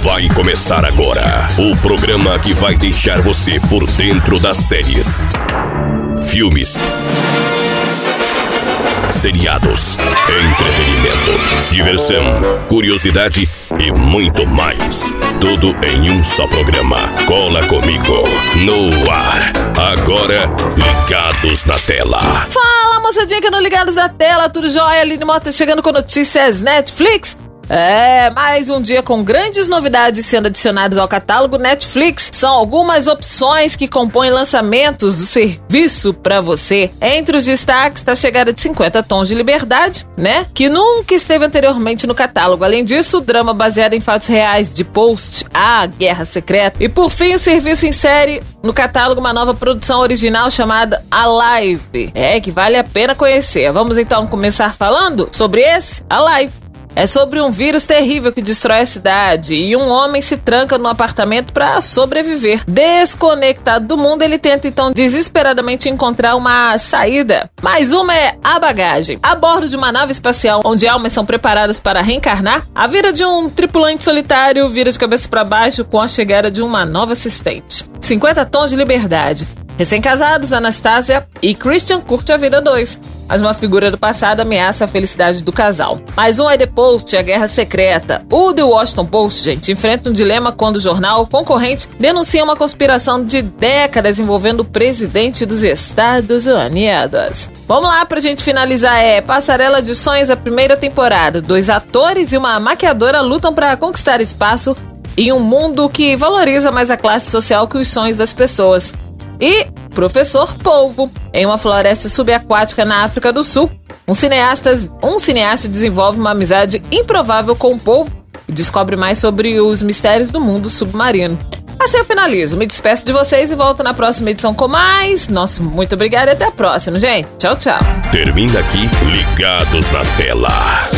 Vai começar agora o programa que vai deixar você por dentro das séries, filmes, seriados, entretenimento, diversão, curiosidade e muito mais. Tudo em um só programa. Cola comigo no ar. Agora, Ligados na Tela. Fala, moçadinha, que no Ligados na Tela, tudo jóia? Aline Mota chegando com notícias Netflix. Mais um dia com grandes novidades sendo adicionadas ao catálogo Netflix. São algumas opções que compõem lançamentos do serviço pra você. Entre os destaques está a chegada de 50 Tons de Liberdade, né? Que nunca esteve anteriormente no catálogo. Além disso, o drama baseado em fatos reais de Post, A Guerra Secreta. E por fim, o serviço insere no catálogo uma nova produção original chamada Alive. Que vale a pena conhecer. Vamos então começar falando sobre esse Alive. É sobre um vírus terrível que destrói a cidade e um homem se tranca no apartamento para sobreviver. Desconectado do mundo, ele tenta então desesperadamente encontrar uma saída. Mais uma é a bagagem. A bordo de uma nave espacial onde almas são preparadas para reencarnar, a vida de um tripulante solitário vira de cabeça para baixo com a chegada de uma nova assistente. 50 Tons de Liberdade. Recém-casados, Anastasia e Christian curte a vida dois, mas uma figura do passado ameaça a felicidade do casal. Mais um é The Post, a Guerra Secreta. O The Washington Post, gente, enfrenta um dilema quando o jornal concorrente denuncia uma conspiração de décadas envolvendo o presidente dos Estados Unidos. Vamos lá, pra gente finalizar, Passarela de Sonhos, a primeira temporada. 2 atores e uma maquiadora lutam para conquistar espaço em um mundo que valoriza mais a classe social que os sonhos das pessoas. E Professor Polvo, em uma floresta subaquática na África do Sul, um cineasta desenvolve uma amizade improvável com o polvo e descobre mais sobre os mistérios do mundo submarino. Assim eu finalizo, me despeço de vocês e volto na próxima edição com mais. Nosso muito obrigado e até a próxima, gente. Tchau, tchau. Termina aqui Ligados na Tela.